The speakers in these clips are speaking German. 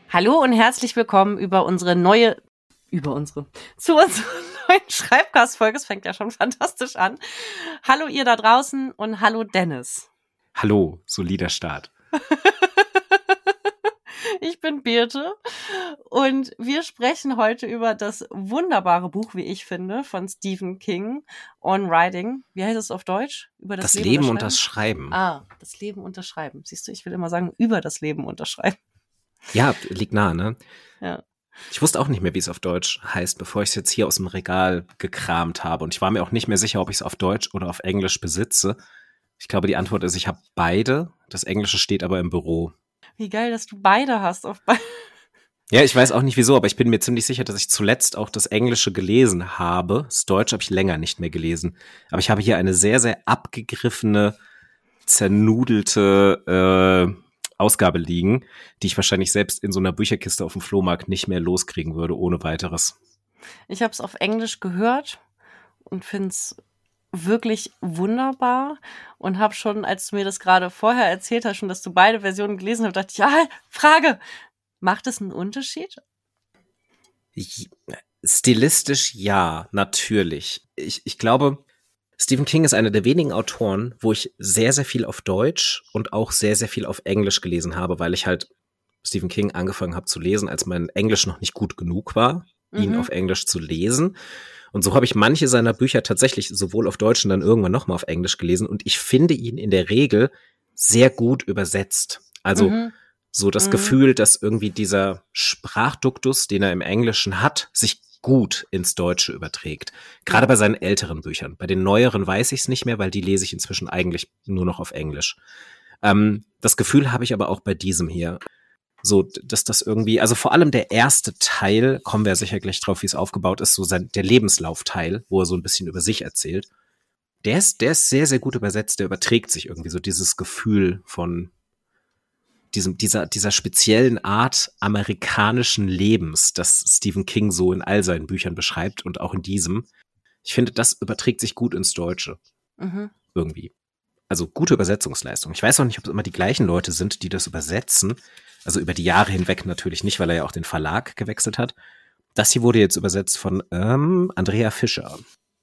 Hallo und herzlich willkommen zu unserer neuen Schreibcast-Folge. Es fängt ja schon fantastisch an. Hallo ihr da draußen und hallo Dennis. Hallo, solider Start. Ich bin Birte und wir sprechen heute über das wunderbare Buch, wie ich finde, von Stephen King, On Writing. Wie heißt es auf Deutsch? Über das Leben und das Schreiben. Das Leben und das Schreiben. Siehst du, ich will immer sagen, über das Leben und das Schreiben. Ja, liegt nah, ne? Ja. Ich wusste auch nicht mehr, wie es auf Deutsch heißt, bevor ich es jetzt hier aus dem Regal gekramt habe. Und ich war mir auch nicht mehr sicher, ob ich es auf Deutsch oder auf Englisch besitze. Ich glaube, die Antwort ist, ich habe beide. Das Englische steht aber im Büro. Wie geil, dass du beide hast. Ja, ich weiß auch nicht wieso, aber ich bin mir ziemlich sicher, dass ich zuletzt auch das Englische gelesen habe. Das Deutsche habe ich länger nicht mehr gelesen. Aber ich habe hier eine sehr, sehr abgegriffene, zernudelte Ausgabe liegen, die ich wahrscheinlich selbst in so einer Bücherkiste auf dem Flohmarkt nicht mehr loskriegen würde, ohne weiteres. Ich habe es auf Englisch gehört und finde es wirklich wunderbar und habe schon, als du mir das gerade vorher erzählt hast, schon, dass du beide Versionen gelesen hast, dachte ich, Frage, macht es einen Unterschied? Stilistisch ja, natürlich. Ich glaube, Stephen King ist einer der wenigen Autoren, wo ich sehr, sehr viel auf Deutsch und auch sehr, sehr viel auf Englisch gelesen habe, weil ich halt Stephen King angefangen habe zu lesen, als mein Englisch noch nicht gut genug war, ihn auf Englisch zu lesen. Und so habe ich manche seiner Bücher tatsächlich sowohl auf Deutsch und dann irgendwann nochmal auf Englisch gelesen. Und ich finde ihn in der Regel sehr gut übersetzt. Also so das Gefühl, dass irgendwie dieser Sprachduktus, den er im Englischen hat, sich gut ins Deutsche überträgt. Gerade bei seinen älteren Büchern. Bei den neueren weiß ich es nicht mehr, weil die lese ich inzwischen eigentlich nur noch auf Englisch. Das Gefühl habe ich aber auch bei diesem hier. So, dass das irgendwie, also vor allem der erste Teil, kommen wir sicher gleich drauf, wie es aufgebaut ist, so der Lebenslaufteil, wo er so ein bisschen über sich erzählt. Der ist sehr, sehr gut übersetzt, der überträgt sich irgendwie so dieses Gefühl von dieser speziellen Art amerikanischen Lebens, das Stephen King so in all seinen Büchern beschreibt und auch in diesem. Ich finde, das überträgt sich gut ins Deutsche. Irgendwie. Also gute Übersetzungsleistung. Ich weiß auch nicht, ob es immer die gleichen Leute sind, die das übersetzen. Also über die Jahre hinweg natürlich nicht, weil er ja auch den Verlag gewechselt hat. Das hier wurde jetzt übersetzt von Andrea Fischer.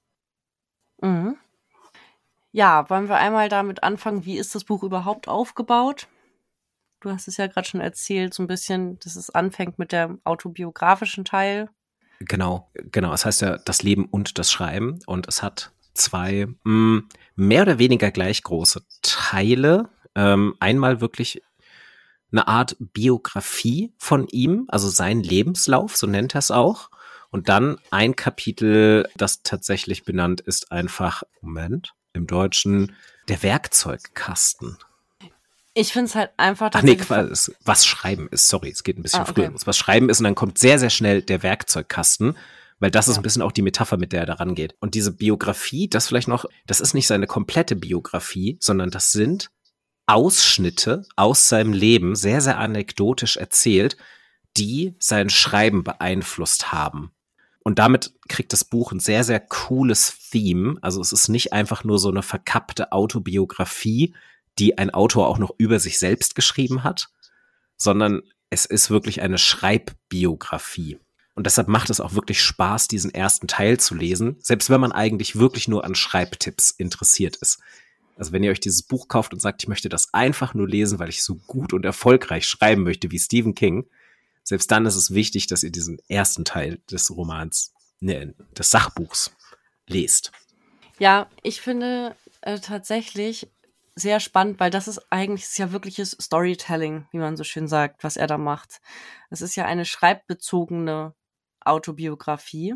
Ja, wollen wir einmal damit anfangen, wie ist das Buch überhaupt aufgebaut? Du hast es ja gerade schon erzählt, so ein bisschen, dass es anfängt mit dem autobiografischen Teil. Genau. Es heißt ja das Leben und das Schreiben. Und es hat zwei mehr oder weniger gleich große Teile. Einmal wirklich eine Art Biografie von ihm, also sein Lebenslauf, so nennt er es auch. Und dann ein Kapitel, das tatsächlich benannt ist, einfach, im Deutschen, der Werkzeugkasten. Ich finde es halt einfach was Schreiben ist. Sorry, es geht ein bisschen früher los. Was Schreiben ist und dann kommt sehr, sehr schnell der Werkzeugkasten, weil das ist ein bisschen auch die Metapher, mit der er daran geht. Und diese Biografie, das ist nicht seine komplette Biografie, sondern das sind Ausschnitte aus seinem Leben, sehr, sehr anekdotisch erzählt, die sein Schreiben beeinflusst haben. Und damit kriegt das Buch ein sehr, sehr cooles Theme. Also es ist nicht einfach nur so eine verkappte Autobiografie, die ein Autor auch noch über sich selbst geschrieben hat, sondern es ist wirklich eine Schreibbiografie. Und deshalb macht es auch wirklich Spaß, diesen ersten Teil zu lesen, selbst wenn man eigentlich wirklich nur an Schreibtipps interessiert ist. Also wenn ihr euch dieses Buch kauft und sagt, ich möchte das einfach nur lesen, weil ich so gut und erfolgreich schreiben möchte wie Stephen King, selbst dann ist es wichtig, dass ihr diesen ersten Teil des Romans, des Sachbuchs lest. Ja, ich finde tatsächlich sehr spannend, weil das ist ja wirkliches Storytelling, wie man so schön sagt, was er da macht. Es ist ja eine schreibbezogene Autobiografie.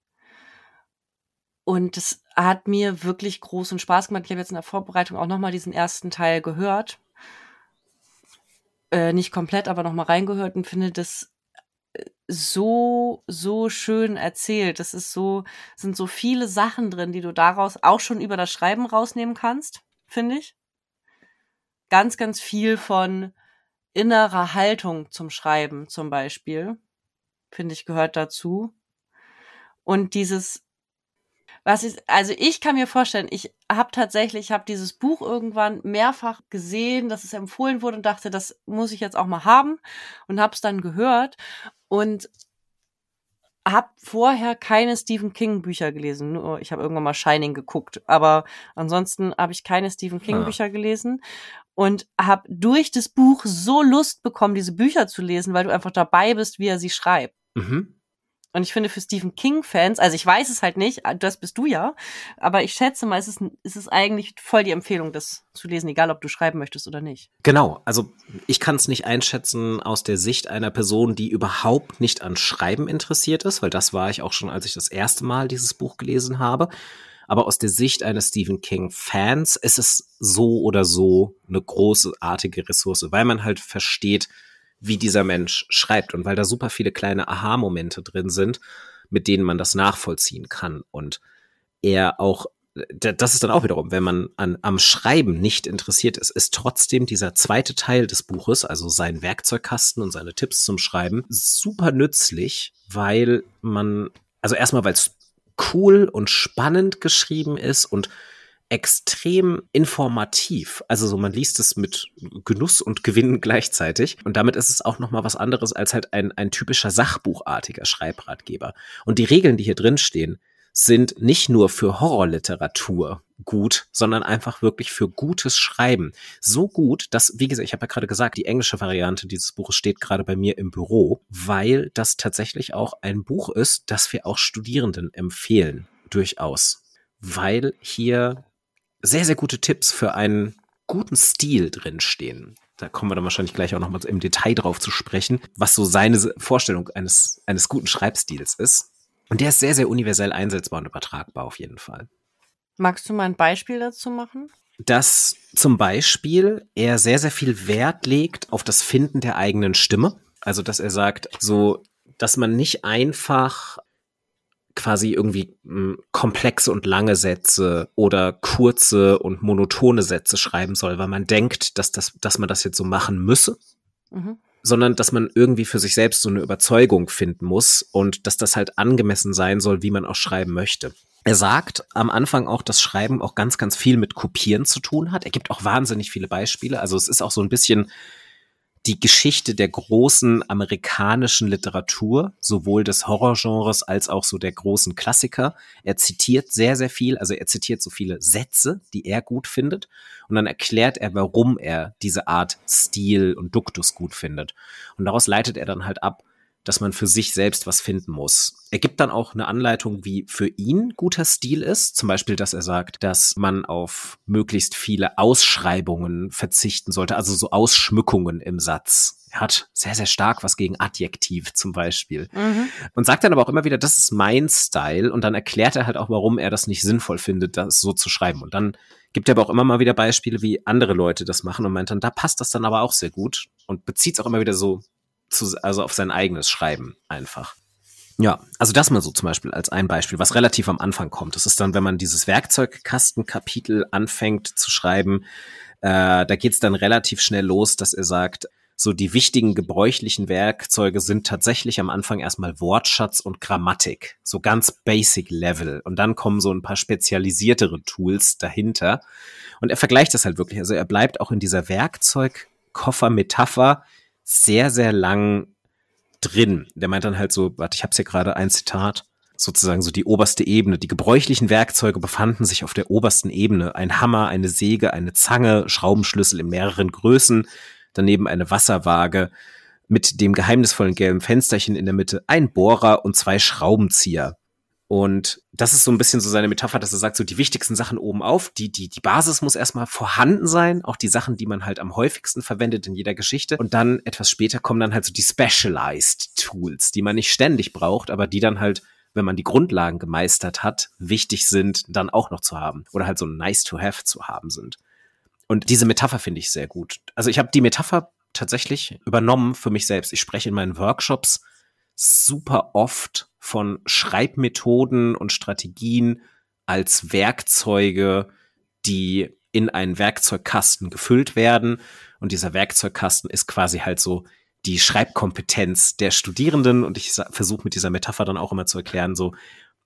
Und es hat mir wirklich großen Spaß gemacht. Ich habe jetzt in der Vorbereitung auch nochmal diesen ersten Teil gehört. Nicht komplett, aber nochmal reingehört und finde das so schön erzählt. Sind so viele Sachen drin, die du daraus auch schon über das Schreiben rausnehmen kannst, finde ich. Ganz, ganz viel von innerer Haltung zum Schreiben zum Beispiel, finde ich, gehört dazu. Und Also ich kann mir vorstellen, ich habe dieses Buch irgendwann mehrfach gesehen, dass es empfohlen wurde und dachte, das muss ich jetzt auch mal haben und habe es dann gehört und habe vorher keine Stephen King Bücher gelesen. Nur ich habe irgendwann mal Shining geguckt, aber ansonsten habe ich keine Stephen King Bücher gelesen und habe durch das Buch so Lust bekommen, diese Bücher zu lesen, weil du einfach dabei bist, wie er sie schreibt. Mhm. Und ich finde, für Stephen King-Fans, also ich weiß es halt nicht, das bist du ja, aber ich schätze mal, es ist eigentlich voll die Empfehlung, das zu lesen, egal ob du schreiben möchtest oder nicht. Genau, also ich kann es nicht einschätzen aus der Sicht einer Person, die überhaupt nicht an Schreiben interessiert ist, weil das war ich auch schon, als ich das erste Mal dieses Buch gelesen habe. Aber aus der Sicht eines Stephen King-Fans ist es so oder so eine großartige Ressource, weil man halt versteht, wie dieser Mensch schreibt und weil da super viele kleine Aha-Momente drin sind, mit denen man das nachvollziehen kann. Und er auch, das ist dann auch wiederum, wenn man am Schreiben nicht interessiert ist, ist trotzdem dieser zweite Teil des Buches, also sein Werkzeugkasten und seine Tipps zum Schreiben, super nützlich, weil also erstmal, weil es cool und spannend geschrieben ist und extrem informativ. Also so, man liest es mit Genuss und Gewinn gleichzeitig. Und damit ist es auch noch mal was anderes als halt ein typischer sachbuchartiger Schreibratgeber. Und die Regeln, die hier drin stehen, sind nicht nur für Horrorliteratur gut, sondern einfach wirklich für gutes Schreiben. So gut, dass, wie gesagt, ich habe ja gerade gesagt, die englische Variante dieses Buches steht gerade bei mir im Büro, weil das tatsächlich auch ein Buch ist, das wir auch Studierenden empfehlen, durchaus. Weil hier sehr, sehr gute Tipps für einen guten Stil drinstehen. Da kommen wir dann wahrscheinlich gleich auch noch mal im Detail drauf zu sprechen, was so seine Vorstellung eines guten Schreibstils ist. Und der ist sehr, sehr universell einsetzbar und übertragbar auf jeden Fall. Magst du mal ein Beispiel dazu machen? Dass zum Beispiel er sehr, sehr viel Wert legt auf das Finden der eigenen Stimme. Also, dass er sagt, so, dass man nicht einfach quasi irgendwie komplexe und lange Sätze oder kurze und monotone Sätze schreiben soll, weil man denkt, dass man das jetzt so machen müsse, sondern dass man irgendwie für sich selbst so eine Überzeugung finden muss und dass das halt angemessen sein soll, wie man auch schreiben möchte. Er sagt am Anfang auch, dass Schreiben auch ganz, ganz viel mit Kopieren zu tun hat. Er gibt auch wahnsinnig viele Beispiele. Also es ist auch so ein bisschen die Geschichte der großen amerikanischen Literatur, sowohl des Horrorgenres als auch so der großen Klassiker. Er zitiert sehr, sehr viel, also er zitiert so viele Sätze, die er gut findet, und dann erklärt er, warum er diese Art Stil und Duktus gut findet. Und daraus leitet er dann halt ab, dass man für sich selbst was finden muss. Er gibt dann auch eine Anleitung, wie für ihn guter Stil ist. Zum Beispiel, dass er sagt, dass man auf möglichst viele Ausschreibungen verzichten sollte, also so Ausschmückungen im Satz. Er hat sehr, sehr stark was gegen Adjektiv zum Beispiel. Und sagt dann aber auch immer wieder, das ist mein Style. Und dann erklärt er halt auch, warum er das nicht sinnvoll findet, das so zu schreiben. Und dann gibt er aber auch immer mal wieder Beispiele, wie andere Leute das machen und meint dann, da passt das dann aber auch sehr gut und bezieht es auch immer wieder so also auf sein eigenes Schreiben einfach. Ja, also das mal so zum Beispiel als ein Beispiel, was relativ am Anfang kommt. Das ist dann, wenn man dieses Werkzeugkastenkapitel anfängt zu schreiben, da geht's dann relativ schnell los, dass er sagt, so die wichtigen gebräuchlichen Werkzeuge sind tatsächlich am Anfang erstmal Wortschatz und Grammatik, so ganz basic Level. Und dann kommen so ein paar spezialisiertere Tools dahinter. Und er vergleicht das halt wirklich. Also er bleibt auch in dieser Werkzeugkoffer-Metapher sehr, sehr lang drin. Der meint dann halt so, warte, ich habe hier gerade ein Zitat, sozusagen so die oberste Ebene. Die gebräuchlichen Werkzeuge befanden sich auf der obersten Ebene. Ein Hammer, eine Säge, eine Zange, Schraubenschlüssel in mehreren Größen, daneben eine Wasserwaage mit dem geheimnisvollen gelben Fensterchen in der Mitte, ein Bohrer und 2 Schraubenzieher. Und das ist so ein bisschen so seine Metapher, dass er sagt, so die wichtigsten Sachen oben auf, die Basis muss erstmal vorhanden sein, auch die Sachen, die man halt am häufigsten verwendet in jeder Geschichte. Und dann etwas später kommen dann halt so die Specialized Tools, die man nicht ständig braucht, aber die dann halt, wenn man die Grundlagen gemeistert hat, wichtig sind, dann auch noch zu haben. Oder halt so nice to have zu haben sind. Und diese Metapher finde ich sehr gut. Also ich habe die Metapher tatsächlich übernommen für mich selbst. Ich spreche in meinen Workshops super oft von Schreibmethoden und Strategien als Werkzeuge, die in einen Werkzeugkasten gefüllt werden. Und dieser Werkzeugkasten ist quasi halt so die Schreibkompetenz der Studierenden. Und ich versuche mit dieser Metapher dann auch immer zu erklären, so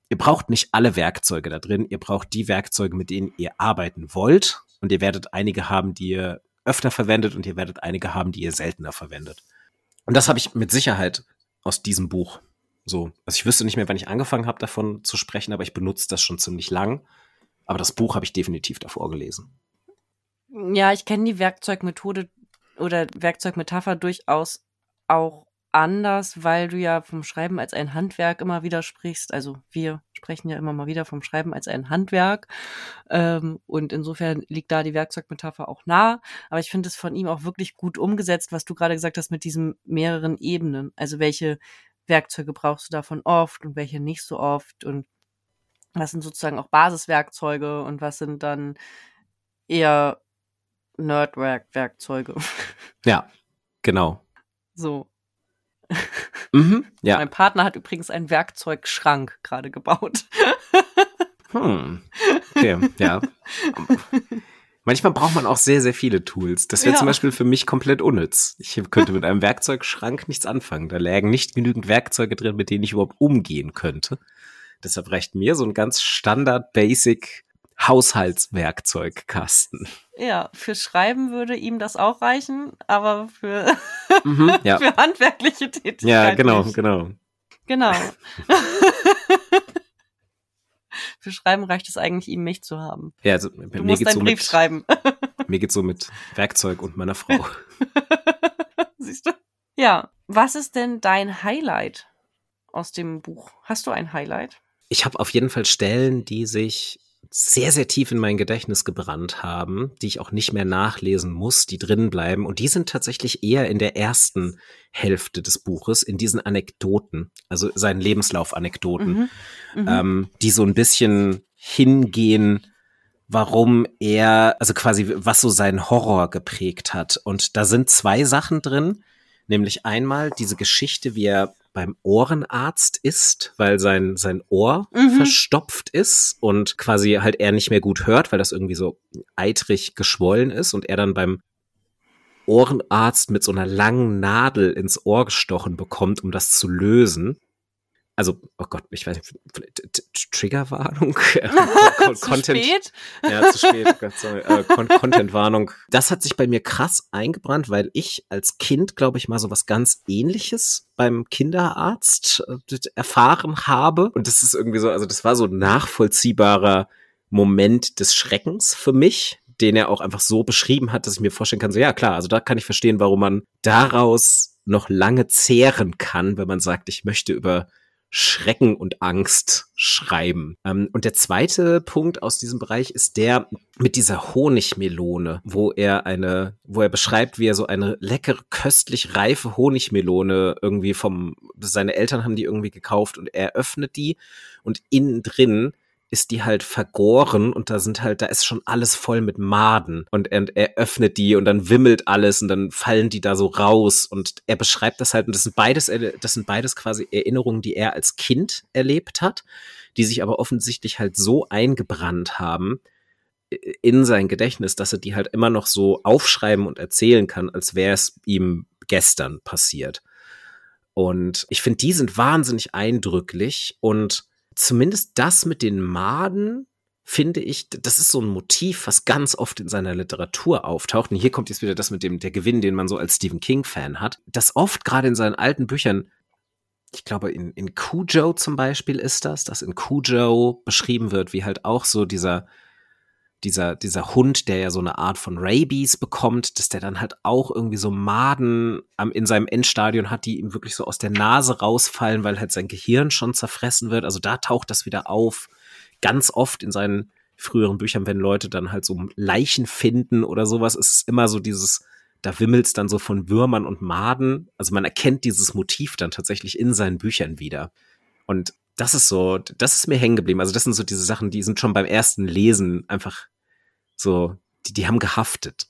ihr braucht nicht alle Werkzeuge da drin, ihr braucht die Werkzeuge, mit denen ihr arbeiten wollt und ihr werdet einige haben, die ihr öfter verwendet und ihr werdet einige haben, die ihr seltener verwendet. Und das habe ich mit Sicherheit aus diesem Buch so. Also ich wüsste nicht mehr, wann ich angefangen habe, davon zu sprechen, aber ich benutze das schon ziemlich lang. Aber das Buch habe ich definitiv davor gelesen. Ja, ich kenne die Werkzeugmethode oder Werkzeugmetapher durchaus auch anders, weil du ja vom Schreiben als ein Handwerk immer wieder sprichst. Also wir sprechen ja immer mal wieder vom Schreiben als ein Handwerk. Und insofern liegt da die Werkzeugmetapher auch nah. Aber ich finde es von ihm auch wirklich gut umgesetzt, was du gerade gesagt hast mit diesen mehreren Ebenen. Also welche Werkzeuge brauchst du davon oft und welche nicht so oft und was sind sozusagen auch Basiswerkzeuge und was sind dann eher Nerdwerkzeuge. Ja, genau. So. Ja. Mein Partner hat übrigens einen Werkzeugschrank gerade gebaut. Okay, ja. Manchmal braucht man auch sehr, sehr viele Tools. Das wäre zum Beispiel für mich komplett unnütz. Ich könnte mit einem Werkzeugschrank nichts anfangen. Da lägen nicht genügend Werkzeuge drin, mit denen ich überhaupt umgehen könnte. Deshalb reicht mir so ein ganz Standard-Basic Haushaltswerkzeugkasten. Ja, für Schreiben würde ihm das auch reichen, aber für, ja. für handwerkliche Tätigkeiten. Ja, genau, nicht. genau. Genau. Für Schreiben reicht es eigentlich, ihm mich zu haben. Ja, also du musst einen Brief schreiben. Mir geht's so mit Werkzeug und meiner Frau. Siehst du? Ja. Was ist denn dein Highlight aus dem Buch? Hast du ein Highlight? Ich habe auf jeden Fall Stellen, die sich sehr, sehr tief in mein Gedächtnis gebrannt haben, die ich auch nicht mehr nachlesen muss, die drin bleiben. Und die sind tatsächlich eher in der ersten Hälfte des Buches, in diesen Anekdoten, also seinen Lebenslauf-Anekdoten, die so ein bisschen hingehen, warum er, also quasi, was so seinen Horror geprägt hat. Und da sind zwei Sachen drin, nämlich einmal diese Geschichte, wie er beim Ohrenarzt ist, weil sein Ohr verstopft ist und quasi halt er nicht mehr gut hört, weil das irgendwie so eitrig geschwollen ist und er dann beim Ohrenarzt mit so einer langen Nadel ins Ohr gestochen bekommt, um das zu lösen. Also, oh Gott, ich weiß nicht, Triggerwarnung? Zu spät? Ja, zu spät. Gott, sorry. Contentwarnung. Das hat sich bei mir krass eingebrannt, weil ich als Kind, glaube ich, mal so was ganz Ähnliches beim Kinderarzt erfahren habe. Und das ist irgendwie so, also das war so ein nachvollziehbarer Moment des Schreckens für mich, den er auch einfach so beschrieben hat, dass ich mir vorstellen kann, so ja klar, also da kann ich verstehen, warum man daraus noch lange zehren kann, wenn man sagt, ich möchte über Schrecken und Angst schreiben. Und der zweite Punkt aus diesem Bereich ist der mit dieser Honigmelone, wo er beschreibt, wie er so eine leckere, köstlich reife Honigmelone irgendwie seine Eltern haben die irgendwie gekauft und er öffnet die und innen drin ist die halt vergoren und da ist schon alles voll mit Maden und er öffnet die und dann wimmelt alles und dann fallen die da so raus und er beschreibt das halt und das sind beides quasi Erinnerungen, die er als Kind erlebt hat, die sich aber offensichtlich halt so eingebrannt haben in sein Gedächtnis, dass er die halt immer noch so aufschreiben und erzählen kann, als wäre es ihm gestern passiert. Und ich finde, die sind wahnsinnig eindrücklich und zumindest das mit den Maden, finde ich, das ist so ein Motiv, was ganz oft in seiner Literatur auftaucht. Und hier kommt jetzt wieder das mit der Gewinn, den man so als Stephen King-Fan hat. Das oft gerade in seinen alten Büchern, ich glaube in Cujo zum Beispiel ist dass in Cujo beschrieben wird, wie halt auch so dieser Hund, der ja so eine Art von Rabies bekommt, dass der dann halt auch irgendwie so Maden in seinem Endstadion hat, die ihm wirklich so aus der Nase rausfallen, weil halt sein Gehirn schon zerfressen wird. Also da taucht das wieder auf. Ganz oft in seinen früheren Büchern, wenn Leute dann halt so Leichen finden oder sowas, ist es immer so da wimmelt's dann so von Würmern und Maden. Also man erkennt dieses Motiv dann tatsächlich in seinen Büchern wieder. Und das ist mir hängen geblieben. Also das sind so diese Sachen, die sind schon beim ersten Lesen einfach so, die haben gehaftet.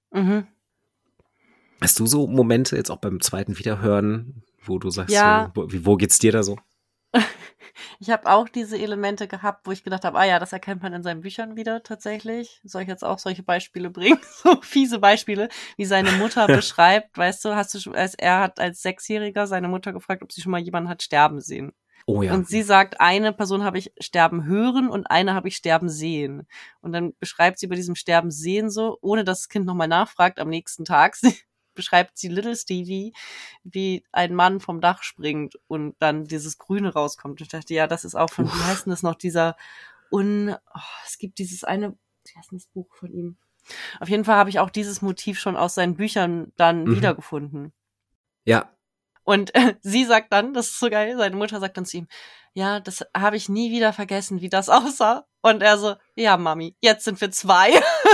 Hast du so Momente jetzt auch beim zweiten Wiederhören, wo du sagst, ja. Wo geht's dir da so? Ich habe auch diese Elemente gehabt, wo ich gedacht habe, ja, das erkennt man in seinen Büchern wieder tatsächlich. Soll ich jetzt auch solche Beispiele bringen? So fiese Beispiele, wie seine Mutter beschreibt. Weißt du, er hat als Sechsjähriger seine Mutter gefragt, ob sie schon mal jemanden hat sterben sehen. Oh ja. Und sie sagt, eine Person habe ich sterben hören und eine habe ich sterben sehen. Und dann beschreibt sie bei diesem Sterben sehen so, ohne dass das Kind nochmal nachfragt am nächsten Tag, beschreibt sie Little Stevie, wie ein Mann vom Dach springt und dann dieses Grüne rauskommt. Und ich dachte, ja, das ist auch von, wie heißt denn das noch, es gibt dieses eine, wie heißt denn das Buch von ihm? Auf jeden Fall habe ich auch dieses Motiv schon aus seinen Büchern dann wiedergefunden. Ja. Und sie sagt dann, das ist so geil, seine Mutter sagt dann zu ihm, ja, das habe ich nie wieder vergessen, wie das aussah. Und er so, ja, Mami, jetzt sind wir 2.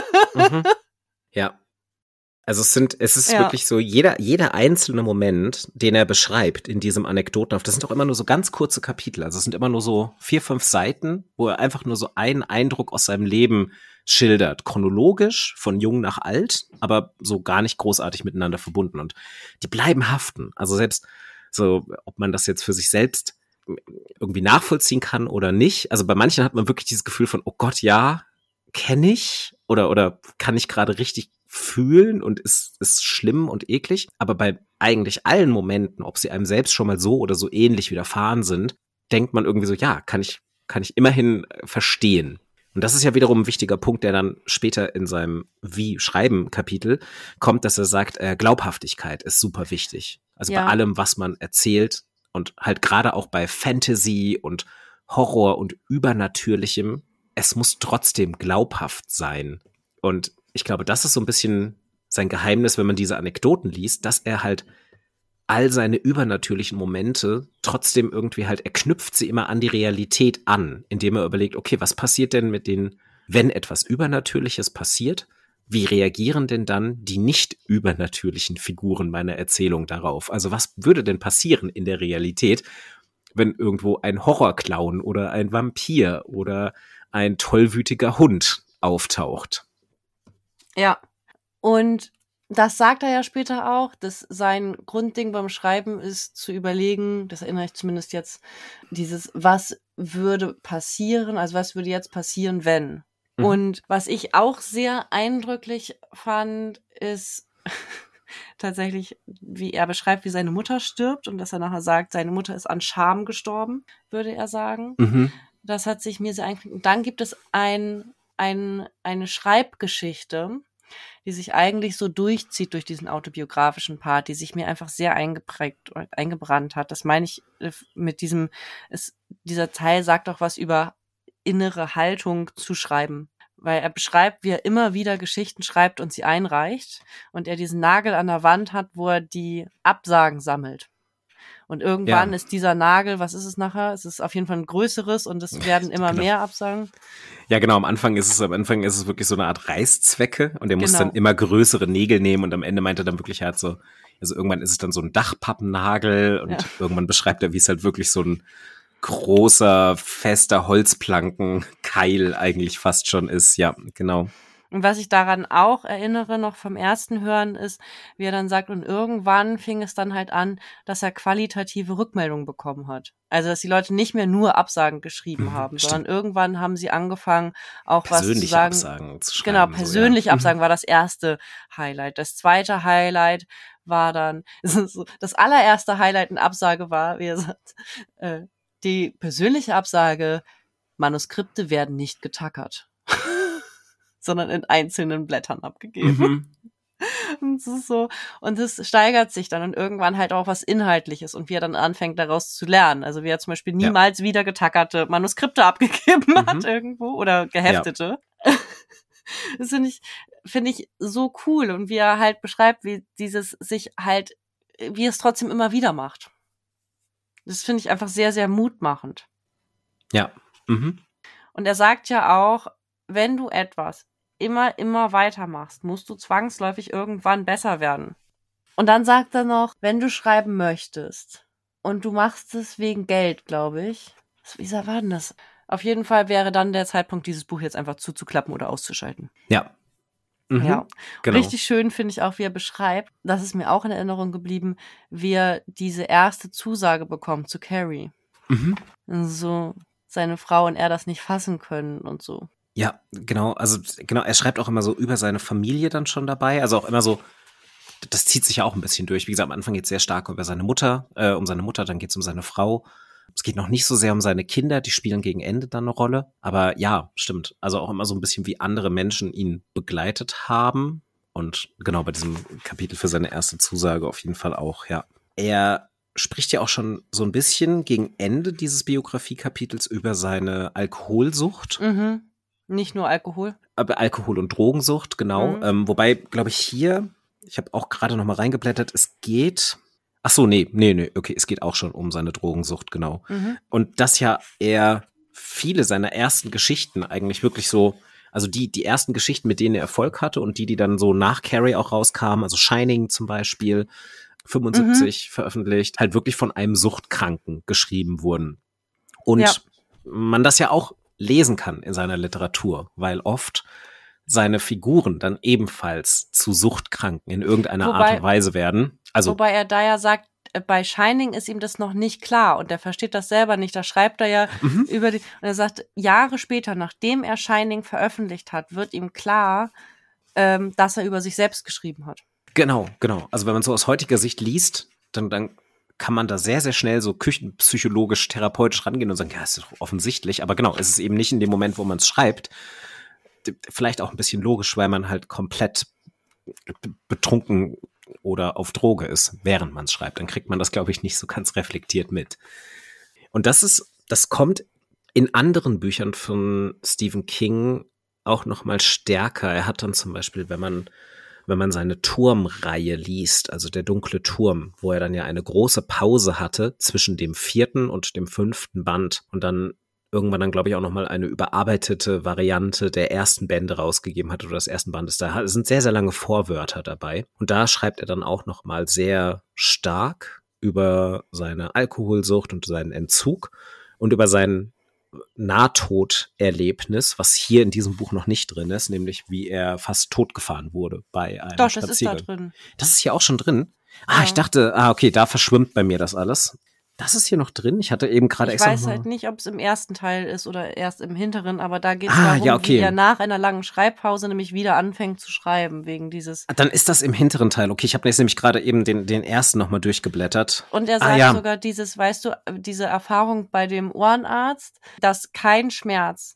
Ja. Also es ist wirklich so, jeder einzelne Moment, den er beschreibt in diesem Anekdotenhaft, das sind auch immer nur so ganz kurze Kapitel. Also es sind immer nur so 4, 5 Seiten, wo er einfach nur so einen Eindruck aus seinem Leben schildert. Chronologisch, von jung nach alt, aber so gar nicht großartig miteinander verbunden. Und die bleiben haften. Also selbst so, ob man das jetzt für sich selbst irgendwie nachvollziehen kann oder nicht. Also bei manchen hat man wirklich dieses Gefühl von, oh Gott, ja, kenne ich oder kann ich gerade richtig fühlen und ist schlimm und eklig. Aber bei eigentlich allen Momenten, ob sie einem selbst schon mal so oder so ähnlich widerfahren sind, denkt man irgendwie so, ja, kann ich immerhin verstehen. Und das ist ja wiederum ein wichtiger Punkt, der dann später in seinem Wie-Schreiben-Kapitel kommt, dass er sagt, Glaubhaftigkeit ist super wichtig. Also bei allem, was man erzählt und halt gerade auch bei Fantasy und Horror und Übernatürlichem, es muss trotzdem glaubhaft sein. Und ich glaube, das ist so ein bisschen sein Geheimnis, wenn man diese Anekdoten liest, dass er halt all seine übernatürlichen Momente trotzdem irgendwie halt, er knüpft sie immer an die Realität an, indem er überlegt, okay, was passiert denn mit denen, wenn etwas Übernatürliches passiert? Wie reagieren denn dann die nicht übernatürlichen Figuren meiner Erzählung darauf? Also was würde denn passieren in der Realität, wenn irgendwo ein Horrorclown oder ein Vampir oder ein tollwütiger Hund auftaucht? Ja, und das sagt er ja später auch, dass sein Grundding beim Schreiben ist zu überlegen, das erinnere ich zumindest jetzt, dieses, was würde passieren, also was würde jetzt passieren, wenn? Und was ich auch sehr eindrücklich fand, ist tatsächlich, wie er beschreibt, wie seine Mutter stirbt und dass er nachher sagt, seine Mutter ist an Scham gestorben, würde er sagen. Das hat sich mir sehr eingeprägt. Und dann gibt es eine Schreibgeschichte, die sich eigentlich so durchzieht durch diesen autobiografischen Part, die sich mir einfach sehr eingebrannt hat. Das meine ich mit dieser Teil sagt auch was über innere Haltung zu schreiben. Weil er beschreibt, wie er immer wieder Geschichten schreibt und sie einreicht und er diesen Nagel an der Wand hat, wo er die Absagen sammelt. Und irgendwann ist dieser Nagel, was ist es nachher? Es ist auf jeden Fall ein größeres und es werden immer mehr Absagen. Ja, genau, am Anfang ist es wirklich so eine Art Reißzwecke und er muss dann immer größere Nägel nehmen und am Ende meint er dann wirklich halt so, also irgendwann ist es dann so ein Dachpappennagel und irgendwann beschreibt er, wie es halt wirklich so ein großer, fester Holzplankenkeil eigentlich fast schon ist. Ja, genau. Und was ich daran auch erinnere, noch vom ersten Hören, ist, wie er dann sagt, und irgendwann fing es dann halt an, dass er qualitative Rückmeldungen bekommen hat. Also, dass die Leute nicht mehr nur Absagen geschrieben haben, sondern irgendwann haben sie angefangen, auch was zu sagen. Absagen zu schreiben. Genau, persönliche Absagen war das erste Highlight. Das zweite Highlight war dann, das allererste Highlight in Absage war, wie er sagt, die persönliche Absage, Manuskripte werden nicht getackert. Sondern in einzelnen Blättern abgegeben. Und es ist so, und es steigert sich dann und irgendwann halt auch was Inhaltliches und wie er dann anfängt, daraus zu lernen. Also wie er zum Beispiel niemals wieder getackerte Manuskripte abgegeben hat irgendwo oder geheftete. Ja. Das finde ich so cool und wie er halt beschreibt, wie dieses sich halt, wie es trotzdem immer wieder macht. Das finde ich einfach sehr, sehr mutmachend. Ja. Und er sagt ja auch, wenn du etwas immer weitermachst, musst du zwangsläufig irgendwann besser werden. Und dann sagt er noch, wenn du schreiben möchtest und du machst es wegen Geld, glaube ich. Wie war denn das? Auf jeden Fall wäre dann der Zeitpunkt, dieses Buch jetzt einfach zuzuklappen oder auszuschalten. Ja. Ja, genau. Richtig schön finde ich auch, wie er beschreibt, das ist mir auch in Erinnerung geblieben, wie er diese erste Zusage bekommt zu Carrie. So seine Frau und er das nicht fassen können und so. Ja, genau, also genau, er schreibt auch immer so über seine Familie dann schon dabei, also auch immer so, das zieht sich ja auch ein bisschen durch. Wie gesagt, am Anfang geht es sehr stark über seine Mutter, dann geht es um seine Frau Es geht noch nicht so sehr um seine Kinder, die spielen gegen Ende dann eine Rolle. Aber ja, stimmt. Also auch immer so ein bisschen, wie andere Menschen ihn begleitet haben. Und genau bei diesem Kapitel für seine erste Zusage auf jeden Fall auch, ja. Er spricht ja auch schon so ein bisschen gegen Ende dieses Biografiekapitels über seine Alkoholsucht. Mhm. Nicht nur Alkohol. Aber Alkohol- und Drogensucht, genau. Wobei, glaube ich, hier, ich habe auch gerade noch mal reingeblättert, es geht. Ach so, nee, okay, es geht auch schon um seine Drogensucht, genau. Und dass ja er viele seiner ersten Geschichten eigentlich wirklich so, also die ersten Geschichten, mit denen er Erfolg hatte und die dann so nach Carrie auch rauskamen, also Shining zum Beispiel, 75 veröffentlicht, halt wirklich von einem Suchtkranken geschrieben wurden. Und man das ja auch lesen kann in seiner Literatur, weil oft seine Figuren dann ebenfalls zu Suchtkranken in irgendeiner Art und Weise werden. Also, wobei er da ja sagt, bei Shining ist ihm das noch nicht klar und er versteht das selber nicht. Da schreibt er ja über die, und er sagt, Jahre später, nachdem er Shining veröffentlicht hat, wird ihm klar, dass er über sich selbst geschrieben hat. Genau. Also wenn man so aus heutiger Sicht liest, dann kann man da sehr, sehr schnell so küchenpsychologisch, therapeutisch rangehen und sagen, ja, ist doch offensichtlich. Aber genau, es ist eben nicht in dem Moment, wo man es schreibt. Vielleicht auch ein bisschen logisch, weil man halt komplett betrunken oder auf Droge ist, während man es schreibt. Dann kriegt man das, glaube ich, nicht so ganz reflektiert mit. Und das kommt in anderen Büchern von Stephen King auch noch mal stärker. Er hat dann zum Beispiel, wenn man seine Turmreihe liest, also der dunkle Turm, wo er dann ja eine große Pause hatte zwischen dem 4. und dem 5. Band und dann irgendwann dann, glaube ich, auch noch mal eine überarbeitete Variante der ersten Bände rausgegeben hat oder des ersten Bandes. Da sind sehr, sehr lange Vorwörter dabei. Und da schreibt er dann auch noch mal sehr stark über seine Alkoholsucht und seinen Entzug und über sein Nahtoderlebnis, was hier in diesem Buch noch nicht drin ist, nämlich wie er fast totgefahren wurde bei einem Spaziergang. Das ist da drin. Das ist hier auch schon drin? Ja. Ich dachte, okay, da verschwimmt bei mir das alles. Das ist hier noch drin? Ich hatte eben gerade extra. Ich weiß halt nicht, ob es im ersten Teil ist oder erst im hinteren, aber da geht es darum, wie er nach einer langen Schreibpause nämlich wieder anfängt zu schreiben, wegen dieses. Dann ist das im hinteren Teil. Okay, ich habe jetzt nämlich gerade eben den ersten nochmal durchgeblättert. Und er sagt sogar dieses, weißt du, diese Erfahrung bei dem Ohrenarzt, dass kein Schmerz,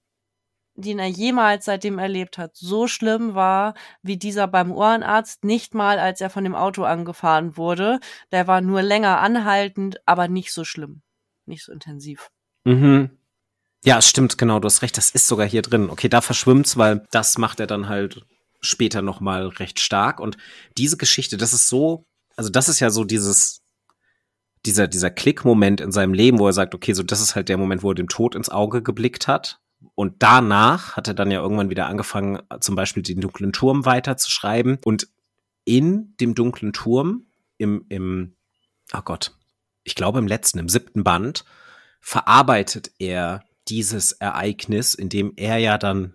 den er jemals seitdem erlebt hat, so schlimm war wie dieser beim Ohrenarzt, nicht mal als er von dem Auto angefahren wurde. Der war nur länger anhaltend, aber nicht so schlimm, nicht so intensiv. Ja, es stimmt, genau, du hast recht, das ist sogar hier drin. Okay, da verschwimmt's, weil das macht er dann halt später nochmal recht stark. Und diese Geschichte, das ist so, also das ist ja so dieser Klickmoment in seinem Leben, wo er sagt, okay, so das ist halt der Moment, wo er dem Tod ins Auge geblickt hat. Und danach hat er dann ja irgendwann wieder angefangen, zum Beispiel den dunklen Turm weiterzuschreiben. Und in dem dunklen Turm, oh Gott, ich glaube im 7. Band, verarbeitet er dieses Ereignis, in dem er ja dann,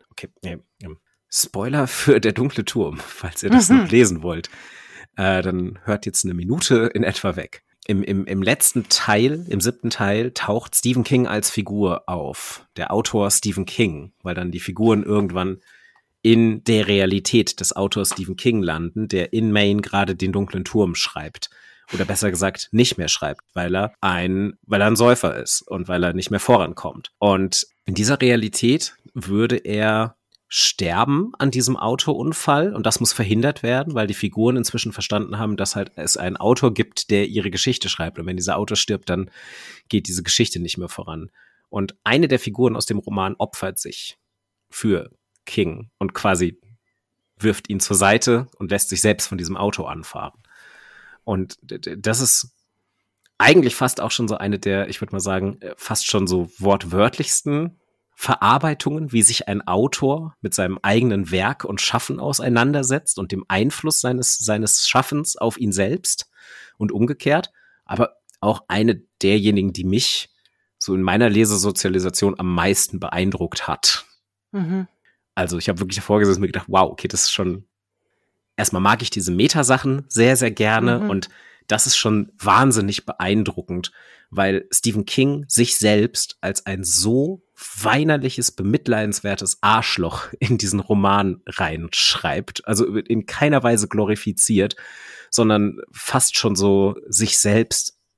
Spoiler für der dunkle Turm, falls ihr das noch lesen wollt, dann hört jetzt eine Minute in etwa weg. Im letzten Teil, im 7. Teil, taucht Stephen King als Figur auf. Der Autor Stephen King, weil dann die Figuren irgendwann in der Realität des Autors Stephen King landen, der in Maine gerade den dunklen Turm schreibt. Oder besser gesagt, nicht mehr schreibt, weil er ein Säufer ist und weil er nicht mehr vorankommt. Und in dieser Realität würde er sterben an diesem Autounfall und das muss verhindert werden, weil die Figuren inzwischen verstanden haben, dass halt es einen Autor gibt, der ihre Geschichte schreibt und wenn dieser Autor stirbt, dann geht diese Geschichte nicht mehr voran. Und eine der Figuren aus dem Roman opfert sich für King und quasi wirft ihn zur Seite und lässt sich selbst von diesem Auto anfahren. Und das ist eigentlich fast auch schon so eine der, ich würde mal sagen, fast schon so wortwörtlichsten Verarbeitungen, wie sich ein Autor mit seinem eigenen Werk und Schaffen auseinandersetzt und dem Einfluss seines Schaffens auf ihn selbst und umgekehrt. Aber auch eine derjenigen, die mich so in meiner Lesesozialisation am meisten beeindruckt hat. Also ich habe wirklich davor gesessen und mir gedacht, wow, okay, das ist schon, erstmal mag ich diese Metasachen sehr, sehr gerne und das ist schon wahnsinnig beeindruckend, weil Stephen King sich selbst als ein so weinerliches, bemitleidenswertes Arschloch in diesen Roman reinschreibt, also in keiner Weise glorifiziert, sondern fast schon so sich selbst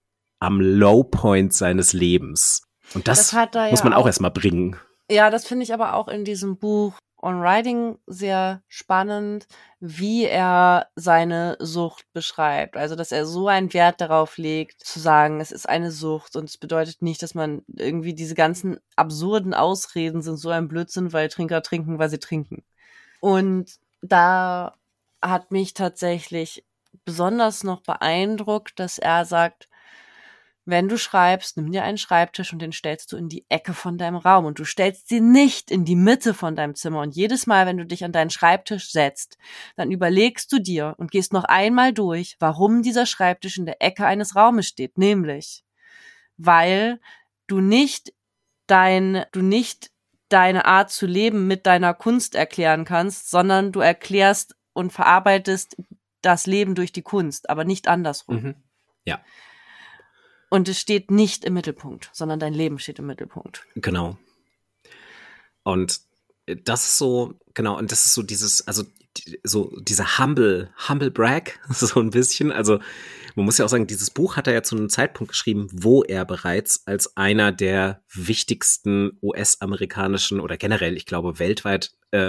am Lowpoint seines Lebens. Und das muss man auch erstmal bringen. Ja, das finde ich aber auch in diesem Buch On Writing sehr spannend, wie er seine Sucht beschreibt. Also, dass er so einen Wert darauf legt, zu sagen, es ist eine Sucht und es bedeutet nicht, dass man irgendwie diese ganzen absurden Ausreden sind so ein Blödsinn, weil Trinker trinken, weil sie trinken. Und da hat mich tatsächlich besonders noch beeindruckt, dass er sagt, wenn du schreibst, nimm dir einen Schreibtisch und den stellst du in die Ecke von deinem Raum und du stellst sie nicht in die Mitte von deinem Zimmer. Und jedes Mal, wenn du dich an deinen Schreibtisch setzt, dann überlegst du dir und gehst noch einmal durch, warum dieser Schreibtisch in der Ecke eines Raumes steht. Nämlich, weil du nicht deine Art zu leben mit deiner Kunst erklären kannst, sondern du erklärst und verarbeitest das Leben durch die Kunst, aber nicht andersrum. Mhm. Ja. Und es steht nicht im Mittelpunkt, sondern dein Leben steht im Mittelpunkt. Genau. Und das ist so, genau, und das ist so dieses, also so dieser Humble Brag, so ein bisschen. Also man muss ja auch sagen, dieses Buch hat er ja zu einem Zeitpunkt geschrieben, wo er bereits als einer der wichtigsten US-amerikanischen oder generell, ich glaube, weltweit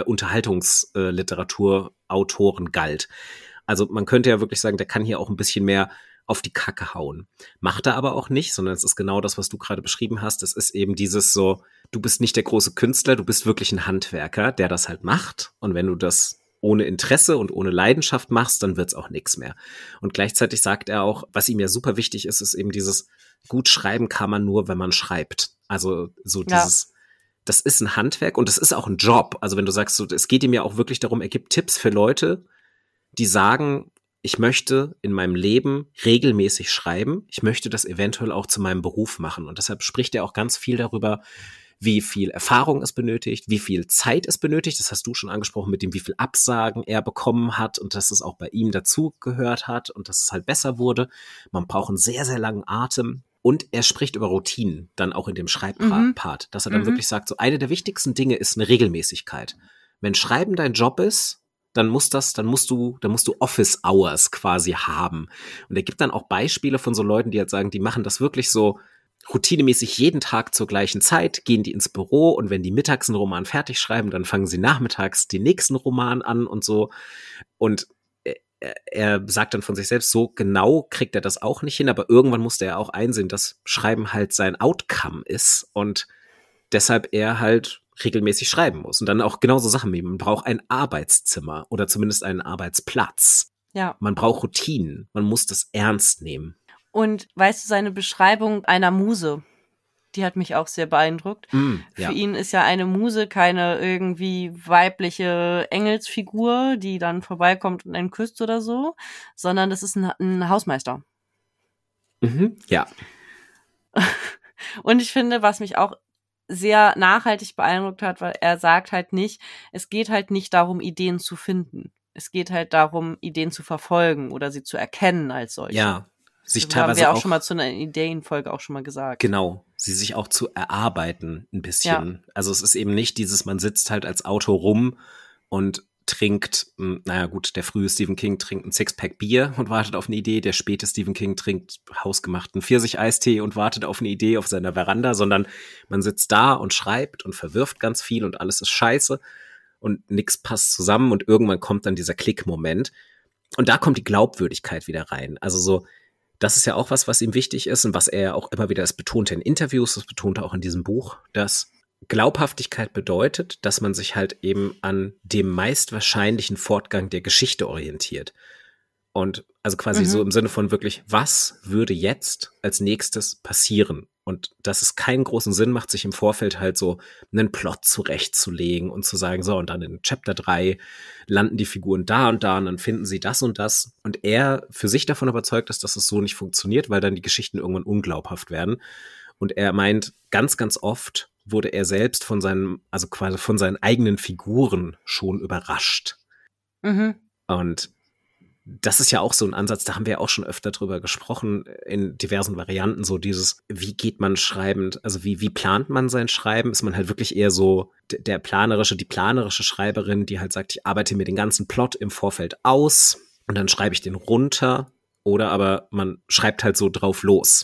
Unterhaltungsliteraturautoren galt. Also man könnte ja wirklich sagen, der kann hier auch ein bisschen mehr auf die Kacke hauen. Macht er aber auch nicht, sondern es ist genau das, was du gerade beschrieben hast. Es ist eben dieses so, du bist nicht der große Künstler, du bist wirklich ein Handwerker, der das halt macht. Und wenn du das ohne Interesse und ohne Leidenschaft machst, dann wird's auch nichts mehr. Und gleichzeitig sagt er auch, was ihm ja super wichtig ist, ist eben dieses, gut schreiben kann man nur, wenn man schreibt. Also so dieses, das ist ein Handwerk und das ist auch ein Job. Also wenn du sagst, so, es geht ihm ja auch wirklich darum, er gibt Tipps für Leute, die sagen, ich möchte in meinem Leben regelmäßig schreiben. Ich möchte das eventuell auch zu meinem Beruf machen. Und deshalb spricht er auch ganz viel darüber, wie viel Erfahrung es benötigt, wie viel Zeit es benötigt. Das hast du schon angesprochen mit dem, wie viel Absagen er bekommen hat und dass es auch bei ihm dazugehört hat und dass es halt besser wurde. Man braucht einen sehr, sehr langen Atem. Und er spricht über Routinen, dann auch in dem Schreibpart, dass er dann wirklich sagt, so eine der wichtigsten Dinge ist eine Regelmäßigkeit. Wenn Schreiben dein Job ist, dann musst du Office Hours quasi haben. Und er gibt dann auch Beispiele von so Leuten, die halt sagen, die machen das wirklich so routinemäßig jeden Tag zur gleichen Zeit, gehen die ins Büro und wenn die mittags einen Roman fertig schreiben, dann fangen sie nachmittags den nächsten Roman an und so. Und er sagt dann von sich selbst, so genau kriegt er das auch nicht hin, aber irgendwann musste er auch einsehen, dass Schreiben halt sein Outcome ist und deshalb er halt regelmäßig schreiben muss. Und dann auch genauso Sachen wie, man braucht ein Arbeitszimmer oder zumindest einen Arbeitsplatz. Ja. Man braucht Routinen. Man muss das ernst nehmen. Und weißt du, seine Beschreibung einer Muse, die hat mich auch sehr beeindruckt. Für ihn ist ja eine Muse keine irgendwie weibliche Engelsfigur, die dann vorbeikommt und einen küsst oder so, sondern das ist ein Hausmeister. Ja. Und ich finde, was mich auch sehr nachhaltig beeindruckt hat, weil er sagt halt nicht, es geht halt nicht darum, Ideen zu finden. Es geht halt darum, Ideen zu verfolgen oder sie zu erkennen als solche. Ja, sich das teilweise haben wir auch schon mal zu einer Ideenfolge auch schon mal gesagt. Genau, sie sich auch zu erarbeiten ein bisschen. Ja. Also es ist eben nicht dieses, man sitzt halt als Autor rum und trinkt, naja gut, der frühe Stephen King trinkt ein Sixpack Bier und wartet auf eine Idee, der späte Stephen King trinkt hausgemachten Pfirsich-Eistee und wartet auf eine Idee auf seiner Veranda, sondern man sitzt da und schreibt und verwirft ganz viel und alles ist scheiße und nix passt zusammen und irgendwann kommt dann dieser Klick-Moment und da kommt die Glaubwürdigkeit wieder rein. Also so, das ist ja auch was ihm wichtig ist und was er ja auch immer wieder, das betonte in Interviews, das betonte auch in diesem Buch, dass Glaubhaftigkeit bedeutet, dass man sich halt eben an dem meistwahrscheinlichen Fortgang der Geschichte orientiert. Und also quasi so im Sinne von wirklich, was würde jetzt als nächstes passieren? Und dass es keinen großen Sinn macht, sich im Vorfeld halt so einen Plot zurechtzulegen und zu sagen, so, und dann in Chapter 3 landen die Figuren da und dann finden sie das und das. Und er für sich davon überzeugt ist, dass es so nicht funktioniert, weil dann die Geschichten irgendwann unglaubhaft werden. Und er meint, ganz, ganz oft wurde er selbst von seinen eigenen Figuren schon überrascht. Und das ist ja auch so ein Ansatz, da haben wir ja auch schon öfter drüber gesprochen, in diversen Varianten, so dieses, wie geht man schreibend, also wie plant man sein Schreiben? Ist man halt wirklich eher so die planerische Schreiberin, die halt sagt, ich arbeite mir den ganzen Plot im Vorfeld aus und dann schreibe ich den runter, oder aber man schreibt halt so drauf los.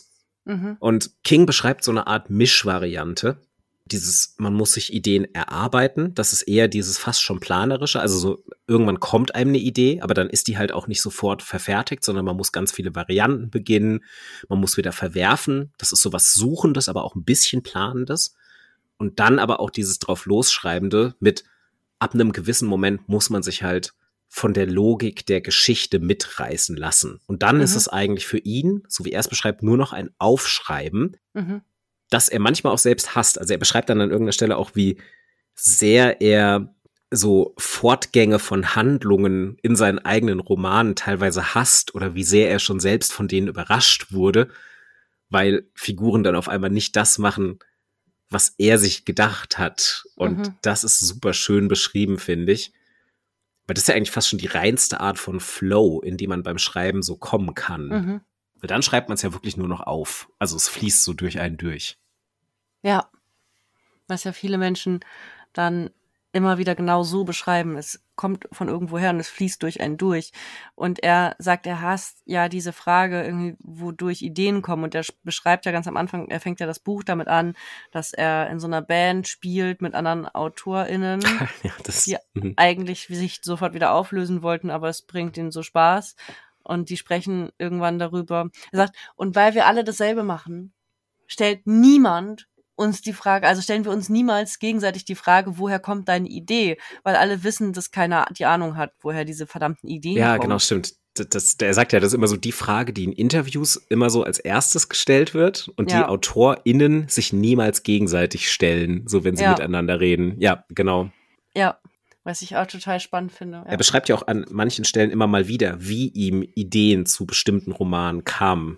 Mhm. Und King beschreibt so eine Art Mischvariante. Man muss sich Ideen erarbeiten. Das ist eher dieses fast schon planerische. Also so, irgendwann kommt einem eine Idee, aber dann ist die halt auch nicht sofort verfertigt, sondern man muss ganz viele Varianten beginnen. Man muss wieder verwerfen. Das ist so was Suchendes, aber auch ein bisschen Planendes. Und dann aber auch dieses drauf Losschreibende mit, ab einem gewissen Moment muss man sich halt von der Logik der Geschichte mitreißen lassen. Und dann ist es eigentlich für ihn, so wie er es beschreibt, nur noch ein Aufschreiben, das er manchmal auch selbst hasst. Also er beschreibt dann an irgendeiner Stelle auch, wie sehr er so Fortgänge von Handlungen in seinen eigenen Romanen teilweise hasst oder wie sehr er schon selbst von denen überrascht wurde, weil Figuren dann auf einmal nicht das machen, was er sich gedacht hat. Und das ist super schön beschrieben, finde ich. Weil das ist ja eigentlich fast schon die reinste Art von Flow, in die man beim Schreiben so kommen kann. Weil dann schreibt man es ja wirklich nur noch auf. Also es fließt so durch einen durch. Ja, was ja viele Menschen dann immer wieder genau so beschreiben. Es kommt von irgendwoher und es fließt durch einen durch. Und er sagt, er hasst ja diese Frage irgendwie, wodurch Ideen kommen. Und er beschreibt ja ganz am Anfang, er fängt ja das Buch damit an, dass er in so einer Band spielt mit anderen AutorInnen, Ja, die eigentlich sich sofort wieder auflösen wollten, aber es bringt ihnen so Spaß. Und die sprechen irgendwann darüber. Er sagt, und weil wir alle dasselbe machen, stellt niemand uns die Frage, also stellen wir uns niemals gegenseitig die Frage, woher kommt deine Idee? Weil alle wissen, dass keiner die Ahnung hat, woher diese verdammten Ideen kommen. Ja, genau, stimmt. Der sagt ja, das ist immer so die Frage, die in Interviews immer so als erstes gestellt wird und die AutorInnen sich niemals gegenseitig stellen, so wenn sie miteinander reden. Ja, genau. Ja, was ich auch total spannend finde. Ja. Er beschreibt ja auch an manchen Stellen immer mal wieder, wie ihm Ideen zu bestimmten Romanen kamen.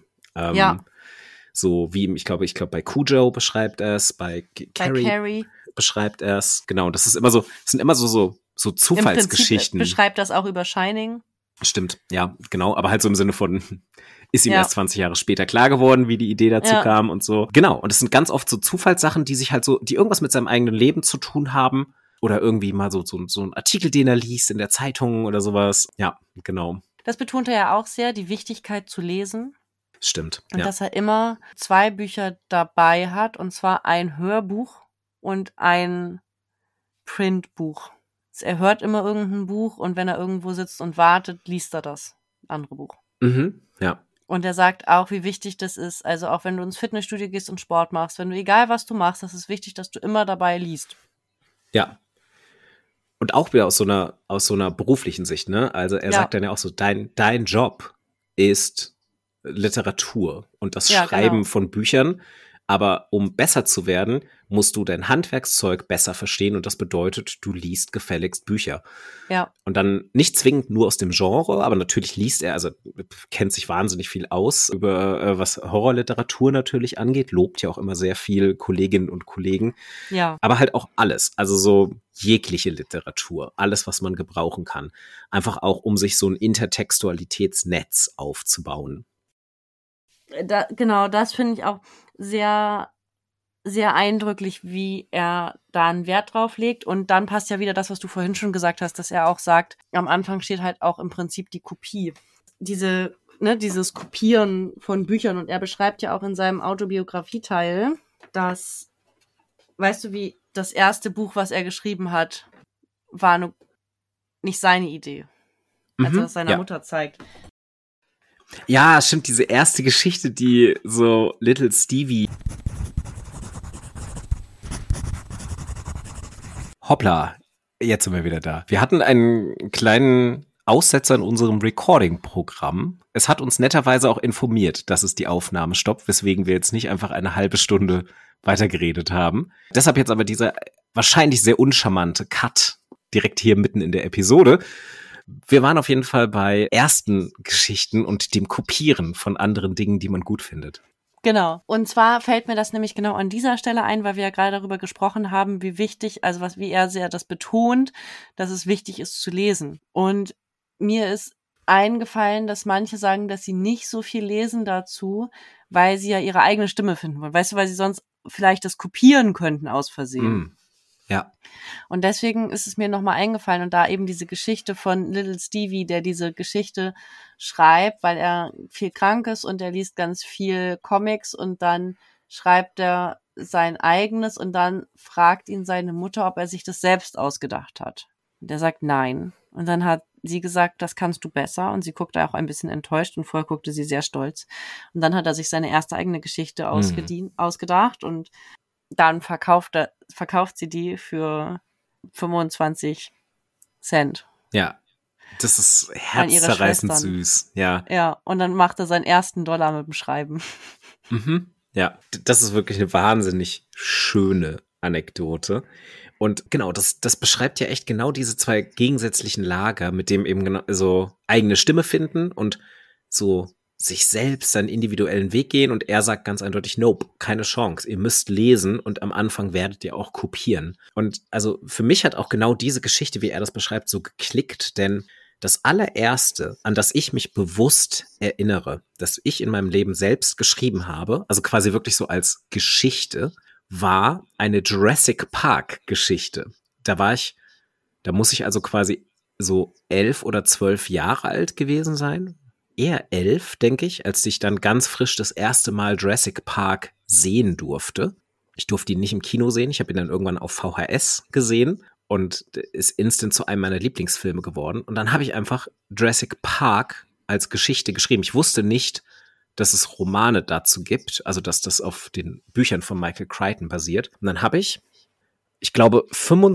So wie, ich glaube, bei Cujo beschreibt er es, bei Carrie beschreibt er es. Genau, das ist immer so, es sind immer so Zufallsgeschichten. Im Prinzip beschreibt das auch über Shining. Stimmt, ja, genau, aber halt so im Sinne von, ist ihm erst 20 Jahre später klar geworden, wie die Idee dazu kam und so. Genau, und es sind ganz oft so Zufallssachen, die sich halt so, die irgendwas mit seinem eigenen Leben zu tun haben oder irgendwie mal so ein Artikel, den er liest in der Zeitung oder sowas. Ja, genau. Das betont er ja auch sehr, die Wichtigkeit zu lesen. Stimmt. Und dass er immer 2 Bücher dabei hat, und zwar ein Hörbuch und ein Printbuch. Er hört immer irgendein Buch und wenn er irgendwo sitzt und wartet, liest er das andere Buch. Ja. Und er sagt auch, wie wichtig das ist. Also auch wenn du ins Fitnessstudio gehst und Sport machst, wenn du, egal was du machst, das ist wichtig, dass du immer dabei liest. Ja. Und auch wieder aus so einer beruflichen Sicht, ne? Also er sagt dann ja auch so, dein Job ist Literatur und das Schreiben von Büchern. Aber um besser zu werden, musst du dein Handwerkszeug besser verstehen und das bedeutet, du liest gefälligst Bücher. Ja. Und dann nicht zwingend nur aus dem Genre, aber natürlich liest er, also kennt sich wahnsinnig viel aus über was Horrorliteratur natürlich angeht, lobt ja auch immer sehr viel Kolleginnen und Kollegen. Ja. Aber halt auch alles, also so jegliche Literatur, alles, was man gebrauchen kann. Einfach auch, um sich so ein Intertextualitätsnetz aufzubauen. Genau, das finde ich auch sehr, sehr eindrücklich, wie er da einen Wert drauf legt. Und dann passt ja wieder das, was du vorhin schon gesagt hast, dass er auch sagt, am Anfang steht halt auch im Prinzip die Kopie. Dieses Kopieren von Büchern. Und er beschreibt ja auch in seinem Autobiografieteil, dass, weißt du, wie das erste Buch, was er geschrieben hat, war nicht seine Idee, als er es seiner Mutter zeigt. Ja, stimmt, diese erste Geschichte, die so Little Stevie. Hoppla, jetzt sind wir wieder da. Wir hatten einen kleinen Aussetzer in unserem Recording-Programm. Es hat uns netterweise auch informiert, dass es die Aufnahme stoppt, weswegen wir jetzt nicht einfach eine halbe Stunde weitergeredet haben. Deshalb jetzt aber dieser wahrscheinlich sehr uncharmante Cut direkt hier mitten in der Episode. Wir waren auf jeden Fall bei ersten Geschichten und dem Kopieren von anderen Dingen, die man gut findet. Genau. Und zwar fällt mir das nämlich genau an dieser Stelle ein, weil wir ja gerade darüber gesprochen haben, wie wichtig, also wie er sehr das betont, dass es wichtig ist zu lesen. Und mir ist eingefallen, dass manche sagen, dass sie nicht so viel lesen dazu, weil sie ja ihre eigene Stimme finden wollen. Weißt du, weil sie sonst vielleicht das kopieren könnten aus Versehen. Ja. Und deswegen ist es mir nochmal eingefallen und da eben diese Geschichte von Little Stevie, der diese Geschichte schreibt, weil er viel krank ist und er liest ganz viel Comics und dann schreibt er sein eigenes und dann fragt ihn seine Mutter, ob er sich das selbst ausgedacht hat. Und er sagt nein. Und dann hat sie gesagt, das kannst du besser. Und sie guckte auch ein bisschen enttäuscht und vorher guckte sie sehr stolz. Und dann hat er sich seine erste eigene Geschichte ausgedacht und dann verkauft sie die für 25 Cent. Ja, das ist herzzerreißend süß. Ja. Ja, und dann macht er seinen ersten Dollar mit dem Schreiben. Mhm. Ja, das ist wirklich eine wahnsinnig schöne Anekdote. Und genau, das beschreibt ja echt genau diese zwei gegensätzlichen Lager, mit dem eben genau so eigene Stimme finden und so sich selbst seinen individuellen Weg gehen. Und er sagt ganz eindeutig, nope, keine Chance. Ihr müsst lesen und am Anfang werdet ihr auch kopieren. Und also für mich hat auch genau diese Geschichte, wie er das beschreibt, so geklickt, denn das allererste, an das ich mich bewusst erinnere, dass ich in meinem Leben selbst geschrieben habe, also quasi wirklich so als Geschichte, war eine Jurassic Park Geschichte. Da muss ich also quasi so 11 oder 12 Jahre alt gewesen sein. Eher 11, denke ich, als ich dann ganz frisch das erste Mal Jurassic Park sehen durfte. Ich durfte ihn nicht im Kino sehen, ich habe ihn dann irgendwann auf VHS gesehen und ist instant zu einem meiner Lieblingsfilme geworden. Und dann habe ich einfach Jurassic Park als Geschichte geschrieben. Ich wusste nicht, dass es Romane dazu gibt, also dass das auf den Büchern von Michael Crichton basiert. Und dann habe ich glaube,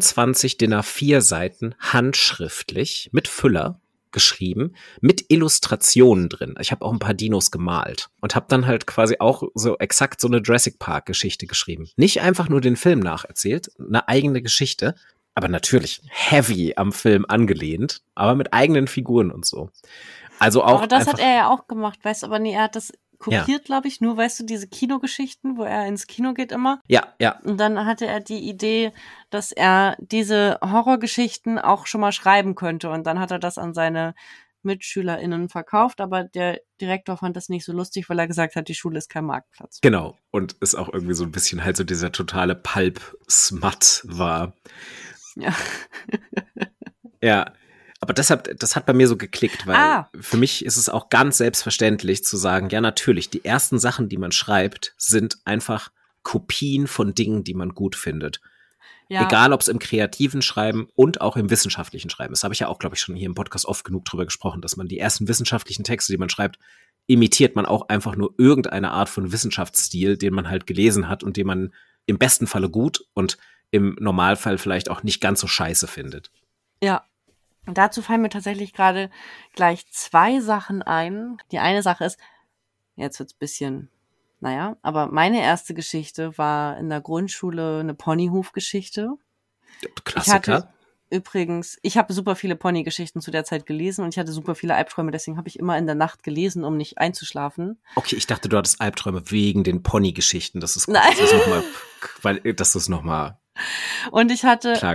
25 DIN A4 Seiten handschriftlich mit Füller geschrieben, mit Illustrationen drin. Ich habe auch ein paar Dinos gemalt und habe dann halt quasi auch so exakt so eine Jurassic Park Geschichte geschrieben. Nicht einfach nur den Film nacherzählt, eine eigene Geschichte, aber natürlich heavy am Film angelehnt, aber mit eigenen Figuren und so. Also auch. Aber das hat er ja auch gemacht, weißt du, aber nee, er hat das kopiert, glaube ich, nur, weißt du, diese Kinogeschichten, wo er ins Kino geht immer. Ja, ja. Und dann hatte er die Idee, dass er diese Horrorgeschichten auch schon mal schreiben könnte. Und dann hat er das an seine MitschülerInnen verkauft, aber der Direktor fand das nicht so lustig, weil er gesagt hat, die Schule ist kein Marktplatz. Genau. Und ist auch irgendwie so ein bisschen halt so dieser totale Pulp-Smut war. Ja. Ja. Aber deshalb, das hat bei mir so geklickt, weil für mich ist es auch ganz selbstverständlich zu sagen, ja natürlich, die ersten Sachen, die man schreibt, sind einfach Kopien von Dingen, die man gut findet. Ja. Egal, ob es im kreativen Schreiben und auch im wissenschaftlichen Schreiben. Das habe ich ja auch, glaube ich, schon hier im Podcast oft genug drüber gesprochen, dass man die ersten wissenschaftlichen Texte, die man schreibt, imitiert man auch einfach nur irgendeine Art von Wissenschaftsstil, den man halt gelesen hat und den man im besten Falle gut und im Normalfall vielleicht auch nicht ganz so scheiße findet. Ja. Und dazu fallen mir tatsächlich gerade gleich zwei Sachen ein. Die eine Sache ist, jetzt wird's ein bisschen, naja, aber meine erste Geschichte war in der Grundschule eine Ponyhof-Geschichte. Klassiker. Ich habe super viele Pony-Geschichten zu der Zeit gelesen und ich hatte super viele Albträume, deswegen habe ich immer in der Nacht gelesen, um nicht einzuschlafen. Okay, ich dachte, du hattest Albträume wegen den Pony-Geschichten. Das ist gut, dass du es nochmal und ich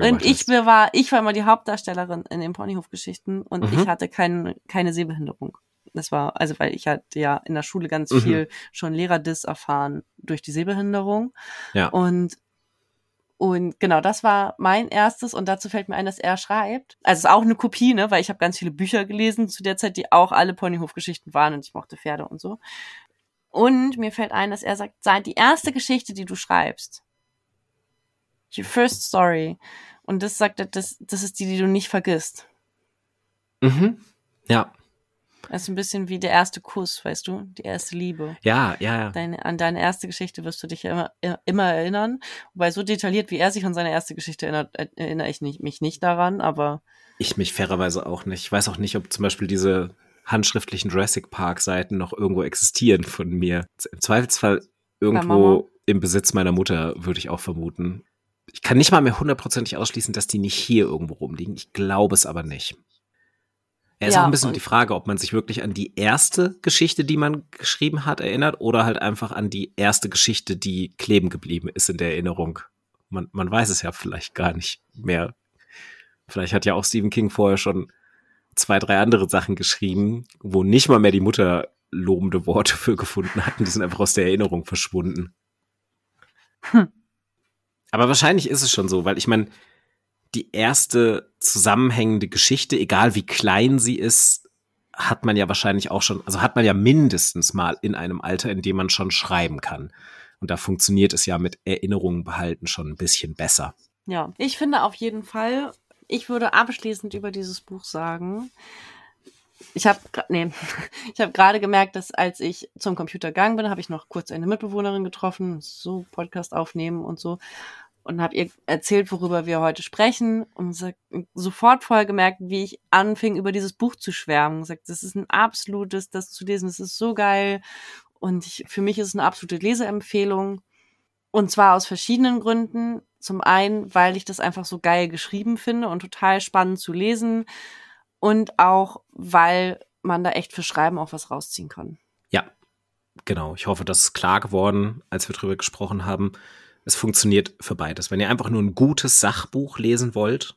war immer die Hauptdarstellerin in den Ponyhof-Geschichten und ich hatte keine Sehbehinderung. Das war, also weil ich hatte ja in der Schule ganz viel schon Lehrerdiss erfahren durch die Sehbehinderung. Ja. Und genau, das war mein erstes und dazu fällt mir ein, dass er schreibt. Also es ist auch eine Kopie, ne, weil ich habe ganz viele Bücher gelesen zu der Zeit, die auch alle Ponyhof-Geschichten waren und ich mochte Pferde und so. Und mir fällt ein, dass er sagt, die erste Geschichte, die du schreibst, your first story. Und das sagt er, das ist die du nicht vergisst. Mhm. Ja. Das ist ein bisschen wie der erste Kuss, weißt du? Die erste Liebe. Ja. An deine erste Geschichte wirst du dich ja immer erinnern. Wobei so detailliert, wie er sich an seine erste Geschichte erinnert, erinnere ich mich nicht daran, aber. Ich mich fairerweise auch nicht. Ich weiß auch nicht, ob zum Beispiel diese handschriftlichen Jurassic Park Seiten noch irgendwo existieren von mir. Im Zweifelsfall irgendwo im Besitz meiner Mutter, würde ich auch vermuten. Ich kann nicht mal mehr 100%ig ausschließen, dass die nicht hier irgendwo rumliegen. Ich glaube es aber nicht. Es ist auch ein bisschen die Frage, ob man sich wirklich an die erste Geschichte, die man geschrieben hat, erinnert oder halt einfach an die erste Geschichte, die kleben geblieben ist in der Erinnerung. Man weiß es ja vielleicht gar nicht mehr. Vielleicht hat ja auch Stephen King vorher schon 2, 3 andere Sachen geschrieben, wo nicht mal mehr die Mutter lobende Worte für gefunden hatten. Die sind einfach aus der Erinnerung verschwunden. Aber wahrscheinlich ist es schon so, weil ich meine, die erste zusammenhängende Geschichte, egal wie klein sie ist, hat man ja wahrscheinlich auch schon, also hat man ja mindestens mal in einem Alter, in dem man schon schreiben kann. Und da funktioniert es ja mit Erinnerungen behalten schon ein bisschen besser. Ja, ich finde auf jeden Fall, ich würde abschließend über dieses Buch sagen, ich habe gerade gemerkt, dass als ich zum Computer gegangen bin, habe ich noch kurz eine Mitbewohnerin getroffen, so Podcast aufnehmen und so, und habe ihr erzählt, worüber wir heute sprechen, und sofort vorher gemerkt, wie ich anfing, über dieses Buch zu schwärmen. Gesagt, das ist ein absolutes, das zu lesen, das ist so geil, und für mich ist es eine absolute Leseempfehlung, und zwar aus verschiedenen Gründen. Zum einen, weil ich das einfach so geil geschrieben finde und total spannend zu lesen, und auch, weil man da echt für Schreiben auch was rausziehen kann. Ja, genau. Ich hoffe, das ist klar geworden, als wir drüber gesprochen haben. Es funktioniert für beides. Wenn ihr einfach nur ein gutes Sachbuch lesen wollt,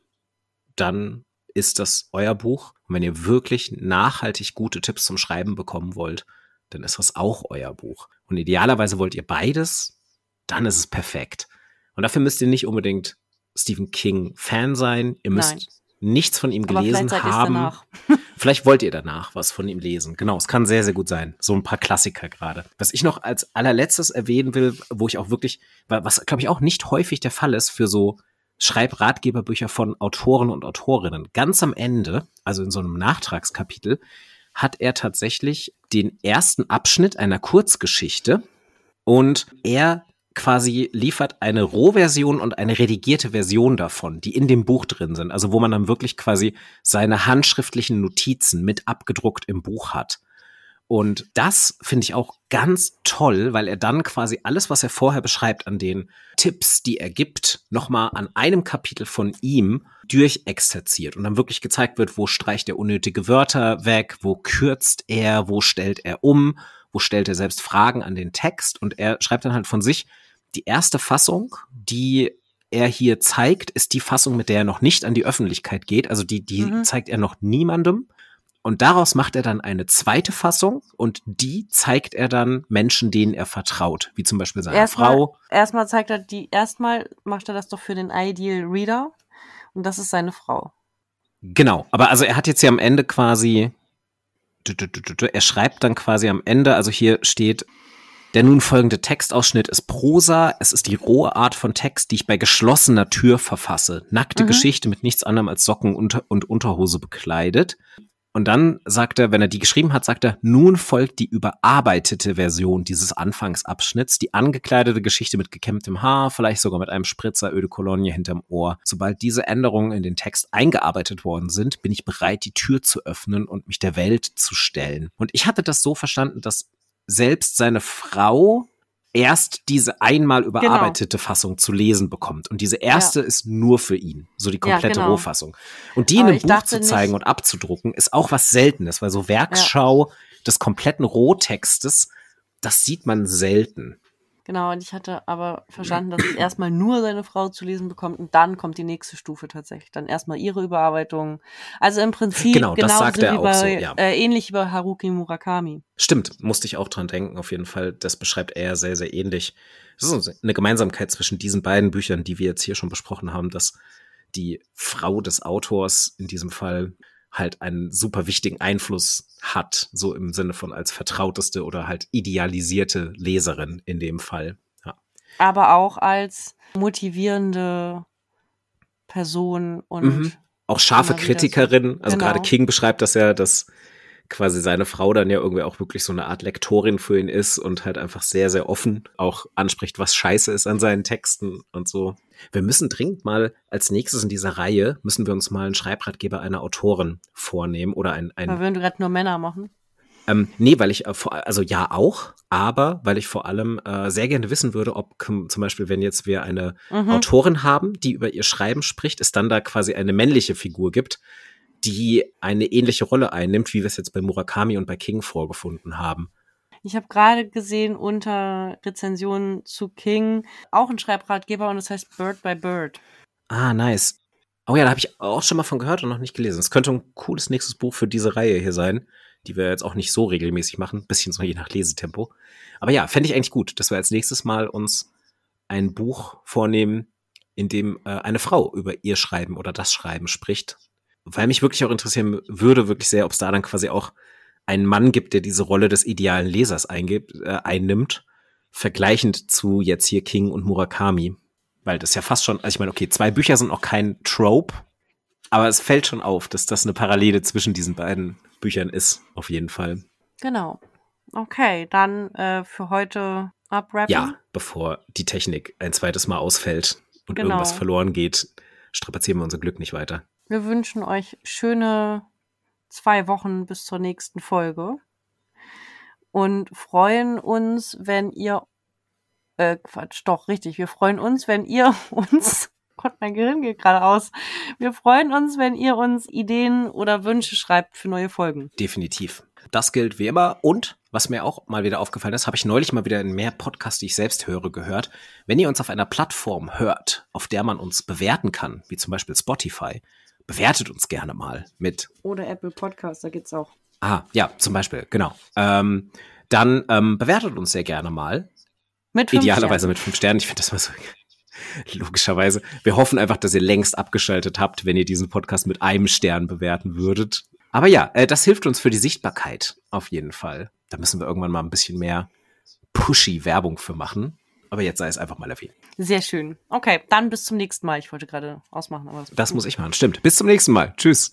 dann ist das euer Buch. Und wenn ihr wirklich nachhaltig gute Tipps zum Schreiben bekommen wollt, dann ist das auch euer Buch. Und idealerweise wollt ihr beides, dann ist es perfekt. Und dafür müsst ihr nicht unbedingt Stephen King Fan sein. Ihr müsst nichts von ihm gelesen haben. Vielleicht wollt ihr danach was von ihm lesen. Genau, es kann sehr, sehr gut sein. So ein paar Klassiker gerade. Was ich noch als allerletztes erwähnen will, wo ich auch wirklich, was glaube ich auch nicht häufig der Fall ist für so Schreibratgeberbücher von Autoren und Autorinnen. Ganz am Ende, also in so einem Nachtragskapitel, hat er tatsächlich den ersten Abschnitt einer Kurzgeschichte, und er quasi liefert eine Rohversion und eine redigierte Version davon, die in dem Buch drin sind. Also wo man dann wirklich quasi seine handschriftlichen Notizen mit abgedruckt im Buch hat. Und das finde ich auch ganz toll, weil er dann quasi alles, was er vorher beschreibt an den Tipps, die er gibt, nochmal an einem Kapitel von ihm durchexerziert und dann wirklich gezeigt wird, wo streicht er unnötige Wörter weg, wo kürzt er, wo stellt er um, wo stellt er selbst Fragen an den Text, und er schreibt dann halt von sich, die erste Fassung, die er hier zeigt, ist die Fassung, mit der er noch nicht an die Öffentlichkeit geht. Also die zeigt er noch niemandem. Und daraus macht er dann eine zweite Fassung, und die zeigt er dann Menschen, denen er vertraut, wie zum Beispiel seiner Frau. Erstmal macht er das doch für den Ideal Reader, und das ist seine Frau. Genau, aber also er hat jetzt hier am Ende quasi, er schreibt dann quasi am Ende, also hier steht: Der nun folgende Textausschnitt ist Prosa. Es ist die rohe Art von Text, die ich bei geschlossener Tür verfasse. Nackte Geschichte mit nichts anderem als Socken und Unterhose bekleidet. Und dann sagt er, wenn er die geschrieben hat, sagt er, nun folgt die überarbeitete Version dieses Anfangsabschnitts, die angekleidete Geschichte mit gekämmtem Haar, vielleicht sogar mit einem Spritzer Eau de Cologne hinterm Ohr. Sobald diese Änderungen in den Text eingearbeitet worden sind, bin ich bereit, die Tür zu öffnen und mich der Welt zu stellen. Und ich hatte das so verstanden, dass selbst seine Frau erst diese einmal überarbeitete Fassung zu lesen bekommt. Und diese erste ist nur für ihn, so die komplette Rohfassung. Und die in einem Buch zu zeigen und abzudrucken, ist auch was Seltenes, weil so Werksschau des kompletten Rohtextes, das sieht man selten. Genau, und ich hatte aber verstanden, dass es erstmal nur seine Frau zu lesen bekommt, und dann kommt die nächste Stufe tatsächlich. Dann erstmal ihre Überarbeitung. Also im Prinzip ähnlich wie bei Haruki Murakami. Stimmt, musste ich auch dran denken, auf jeden Fall. Das beschreibt er sehr, sehr ähnlich. Das ist eine Gemeinsamkeit zwischen diesen beiden Büchern, die wir jetzt hier schon besprochen haben, dass die Frau des Autors in diesem Fall halt einen super wichtigen Einfluss hat, so im Sinne von als vertrauteste oder halt idealisierte Leserin in dem Fall. Ja. Aber auch als motivierende Person und auch scharfe Kritikerin. Also gerade King beschreibt das ja, dass quasi seine Frau dann ja irgendwie auch wirklich so eine Art Lektorin für ihn ist und halt einfach sehr, sehr offen auch anspricht, was scheiße ist an seinen Texten und so. Wir müssen dringend mal als nächstes in dieser Reihe, müssen wir uns mal einen Schreibratgeber einer Autorin vornehmen oder ein Weil würden wir gerade nur Männer machen? Nee, weil ich, also ja auch, aber weil ich vor allem sehr gerne wissen würde, ob zum Beispiel, wenn jetzt wir eine Autorin haben, die über ihr Schreiben spricht, es dann da quasi eine männliche Figur gibt, die eine ähnliche Rolle einnimmt, wie wir es jetzt bei Murakami und bei King vorgefunden haben. Ich habe gerade gesehen unter Rezensionen zu King auch einen Schreibratgeber, und das heißt Bird by Bird. Ah, nice. Oh ja, da habe ich auch schon mal von gehört und noch nicht gelesen. Es könnte ein cooles nächstes Buch für diese Reihe hier sein, die wir jetzt auch nicht so regelmäßig machen, bisschen so je nach Lesetempo. Aber ja, fände ich eigentlich gut, dass wir als nächstes mal uns ein Buch vornehmen, in dem eine Frau über ihr Schreiben oder das Schreiben spricht. Weil mich wirklich auch interessieren würde, wirklich sehr, ob es da dann quasi auch einen Mann gibt, der diese Rolle des idealen Lesers einnimmt, vergleichend zu jetzt hier King und Murakami. Weil das ja fast schon, also ich meine, okay, 2 Bücher sind auch kein Trope, aber es fällt schon auf, dass das eine Parallele zwischen diesen beiden Büchern ist, auf jeden Fall. Genau. Okay, dann für heute abrappen. Ja, bevor die Technik ein zweites Mal ausfällt und irgendwas verloren geht, strapazieren wir unser Glück nicht weiter. Wir wünschen euch schöne 2 Wochen bis zur nächsten Folge und freuen uns, wenn ihr wir freuen uns, wenn ihr uns Gott, mein Gehirn geht gerade aus. Wir freuen uns, wenn ihr uns Ideen oder Wünsche schreibt für neue Folgen. Definitiv. Das gilt wie immer. Und was mir auch mal wieder aufgefallen ist, habe ich neulich mal wieder in mehr Podcasts, die ich selbst höre, gehört. Wenn ihr uns auf einer Plattform hört, auf der man uns bewerten kann, wie zum Beispiel Spotify, bewertet uns gerne mal mit. Oder Apple Podcasts, da geht's auch. Ja, zum Beispiel, genau. Dann bewertet uns sehr gerne mal. Mit 5 Idealerweise Sternen. mit 5 Sternen. Ich finde das mal so logischerweise. Wir hoffen einfach, dass ihr längst abgeschaltet habt, wenn ihr diesen Podcast mit 1 Stern bewerten würdet. Aber ja, das hilft uns für die Sichtbarkeit auf jeden Fall. Da müssen wir irgendwann mal ein bisschen mehr pushy Werbung für machen. Aber jetzt sei es einfach mal erwähnt. Sehr schön. Okay, dann bis zum nächsten Mal. Ich wollte gerade ausmachen, aber das muss ich machen. Stimmt. Bis zum nächsten Mal. Tschüss.